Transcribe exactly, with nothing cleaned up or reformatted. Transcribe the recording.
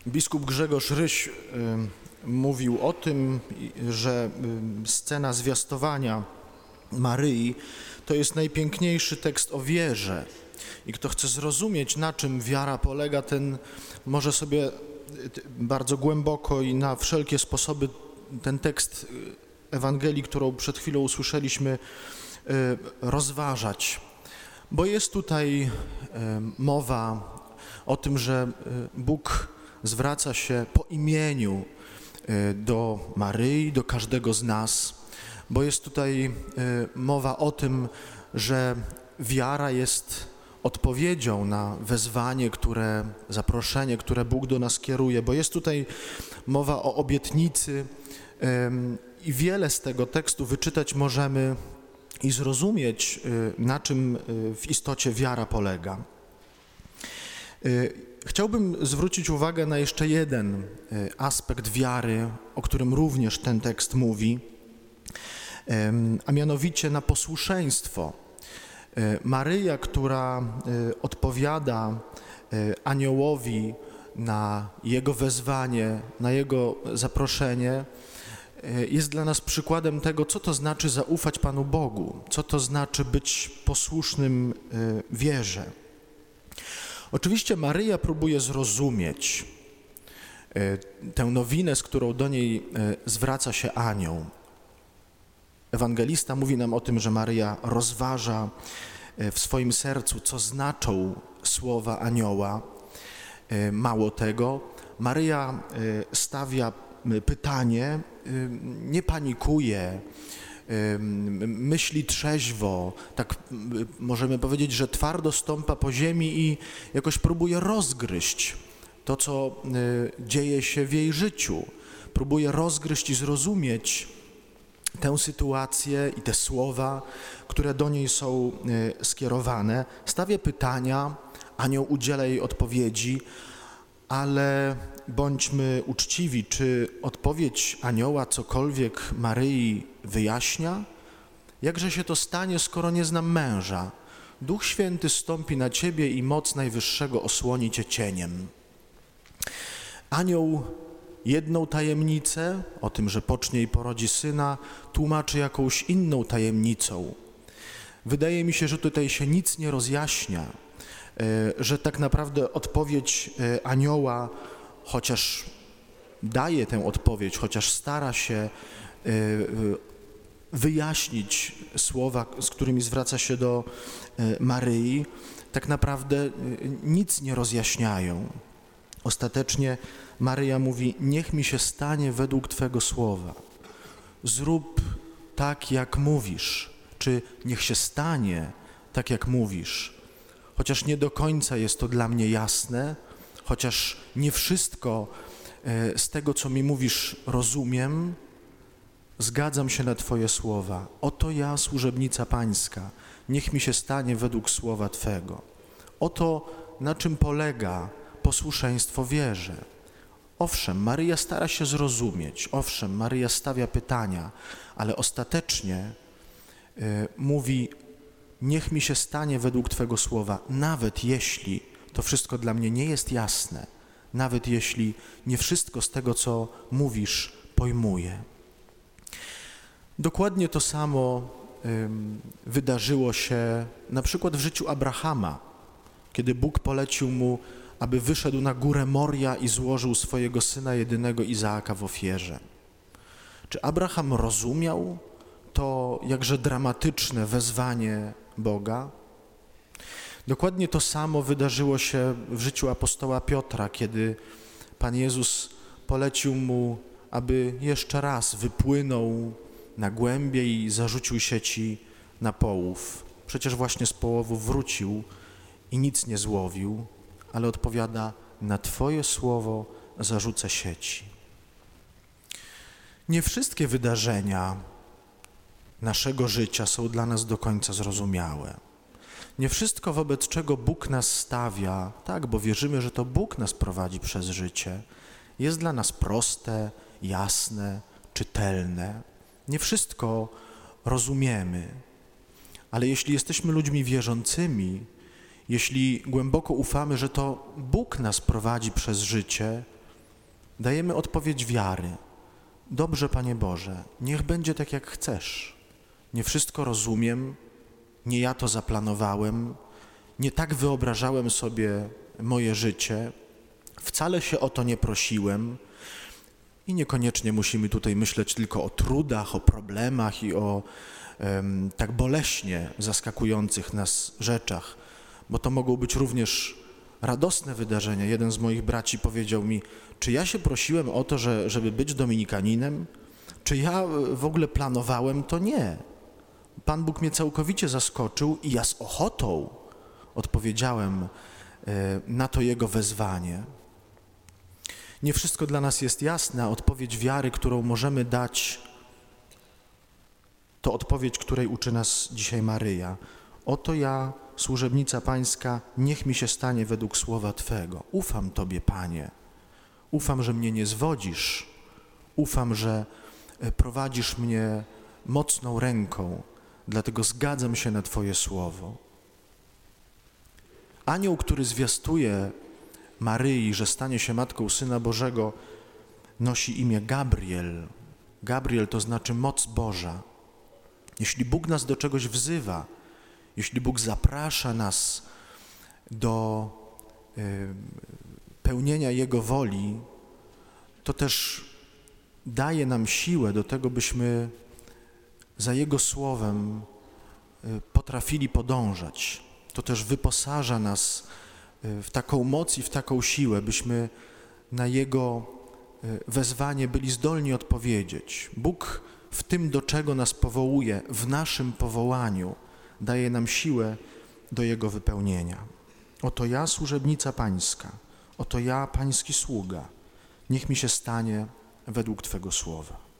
Biskup Grzegorz Ryś y, mówił o tym, że y, scena zwiastowania Maryi to jest najpiękniejszy tekst o wierze. I kto chce zrozumieć, na czym wiara polega, ten może sobie bardzo głęboko i na wszelkie sposoby ten tekst Ewangelii, którą przed chwilą usłyszeliśmy, rozważać. Bo jest tutaj mowa o tym, że Bóg zwraca się po imieniu do Maryi, do każdego z nas, bo jest tutaj mowa o tym, że wiara jest odpowiedzią na wezwanie, które, zaproszenie, które Bóg do nas kieruje, bo jest tutaj mowa o obietnicy i wiele z tego tekstu wyczytać możemy i zrozumieć, na czym w istocie wiara polega. Chciałbym zwrócić uwagę na jeszcze jeden aspekt wiary, o którym również ten tekst mówi, a mianowicie na posłuszeństwo. Maryja, która odpowiada aniołowi na jego wezwanie, na jego zaproszenie, jest dla nas przykładem tego, co to znaczy zaufać Panu Bogu, co to znaczy być posłusznym wierze. Oczywiście Maryja próbuje zrozumieć tę nowinę, z którą do niej zwraca się anioł. Ewangelista mówi nam o tym, że Maryja rozważa w swoim sercu, co znaczą słowa anioła. Mało tego, Maryja stawia pytanie, nie panikuje, myśli trzeźwo, tak możemy powiedzieć, że twardo stąpa po ziemi i jakoś próbuje rozgryźć to, co dzieje się w jej życiu. Próbuje rozgryźć i zrozumieć tę sytuację i te słowa, które do niej są skierowane. Stawia pytania, anioł udziela jej odpowiedzi, ale bądźmy uczciwi, czy odpowiedź anioła cokolwiek Maryi wyjaśnia? Jakże się to stanie, skoro nie znam męża? Duch Święty stąpi na ciebie i moc Najwyższego osłoni cię cieniem. Anioł jedną tajemnicę, o tym, że pocznie i porodzi syna, tłumaczy jakąś inną tajemnicą. Wydaje mi się, że tutaj się nic nie rozjaśnia, że tak naprawdę odpowiedź anioła, chociaż daje tę odpowiedź, chociaż stara się wyjaśnić słowa, z którymi zwraca się do Maryi, tak naprawdę nic nie rozjaśniają. Ostatecznie Maryja mówi, niech mi się stanie według Twego słowa. Zrób tak, jak mówisz, czy niech się stanie tak, jak mówisz. Chociaż nie do końca jest to dla mnie jasne, chociaż nie wszystko z tego, co mi mówisz, rozumiem, zgadzam się na Twoje słowa. Oto ja, służebnica Pańska, niech mi się stanie według słowa Twego. Oto na czym polega posłuszeństwo wierze. Owszem, Maryja stara się zrozumieć, owszem, Maryja stawia pytania, ale ostatecznie y, mówi, niech mi się stanie według Twego słowa, nawet jeśli to wszystko dla mnie nie jest jasne, nawet jeśli nie wszystko z tego, co mówisz, pojmuję. Dokładnie to samo y, wydarzyło się na przykład w życiu Abrahama, kiedy Bóg polecił mu, aby wyszedł na górę Moria i złożył swojego syna jedynego Izaaka w ofierze. Czy Abraham rozumiał to jakże dramatyczne wezwanie Boga? Dokładnie to samo wydarzyło się w życiu apostoła Piotra, kiedy Pan Jezus polecił mu, aby jeszcze raz wypłynął na głębie i zarzucił sieci na połów. Przecież właśnie z połowu wrócił i nic nie złowił, ale odpowiada, na Twoje słowo zarzucę sieci. Nie wszystkie wydarzenia naszego życia są dla nas do końca zrozumiałe. Nie wszystko, wobec czego Bóg nas stawia, tak, bo wierzymy, że to Bóg nas prowadzi przez życie, jest dla nas proste, jasne, czytelne. Nie wszystko rozumiemy, ale jeśli jesteśmy ludźmi wierzącymi, jeśli głęboko ufamy, że to Bóg nas prowadzi przez życie, Dajemy odpowiedź wiary. Dobrze, Panie Boże, niech będzie tak, jak chcesz. Nie wszystko rozumiem, nie ja to zaplanowałem, nie tak wyobrażałem sobie moje życie, wcale się o to nie prosiłem i niekoniecznie musimy tutaj myśleć tylko o trudach, o problemach i o em, tak boleśnie zaskakujących nas rzeczach, bo to mogą być również radosne wydarzenia. Jeden z moich braci powiedział mi, czy ja się prosiłem o to, że, żeby być dominikaninem? Czy ja w ogóle planowałem? To nie. Pan Bóg mnie całkowicie zaskoczył i ja z ochotą odpowiedziałem na to Jego wezwanie. Nie wszystko dla nas jest jasne, a odpowiedź wiary, którą możemy dać, to odpowiedź, której uczy nas dzisiaj Maryja. Oto ja, służebnica Pańska, niech mi się stanie według słowa Twego. Ufam Tobie, Panie. Ufam, że mnie nie zwodzisz. Ufam, że prowadzisz mnie mocną ręką, dlatego zgadzam się na Twoje słowo. Anioł, który zwiastuje Maryi, że stanie się Matką Syna Bożego, nosi imię Gabriel. Gabriel to znaczy moc Boża. Jeśli Bóg nas do czegoś wzywa, jeśli Bóg zaprasza nas do y, pełnienia Jego woli, to też daje nam siłę do tego, byśmy za Jego słowem y, potrafili podążać. To też wyposaża nas w taką moc i w taką siłę, byśmy na Jego wezwanie byli zdolni odpowiedzieć. Bóg w tym, do czego nas powołuje, w naszym powołaniu, daje nam siłę do Jego wypełnienia. Oto ja, służebnica Pańska, oto ja, Pański sługa, niech mi się stanie według Twego słowa.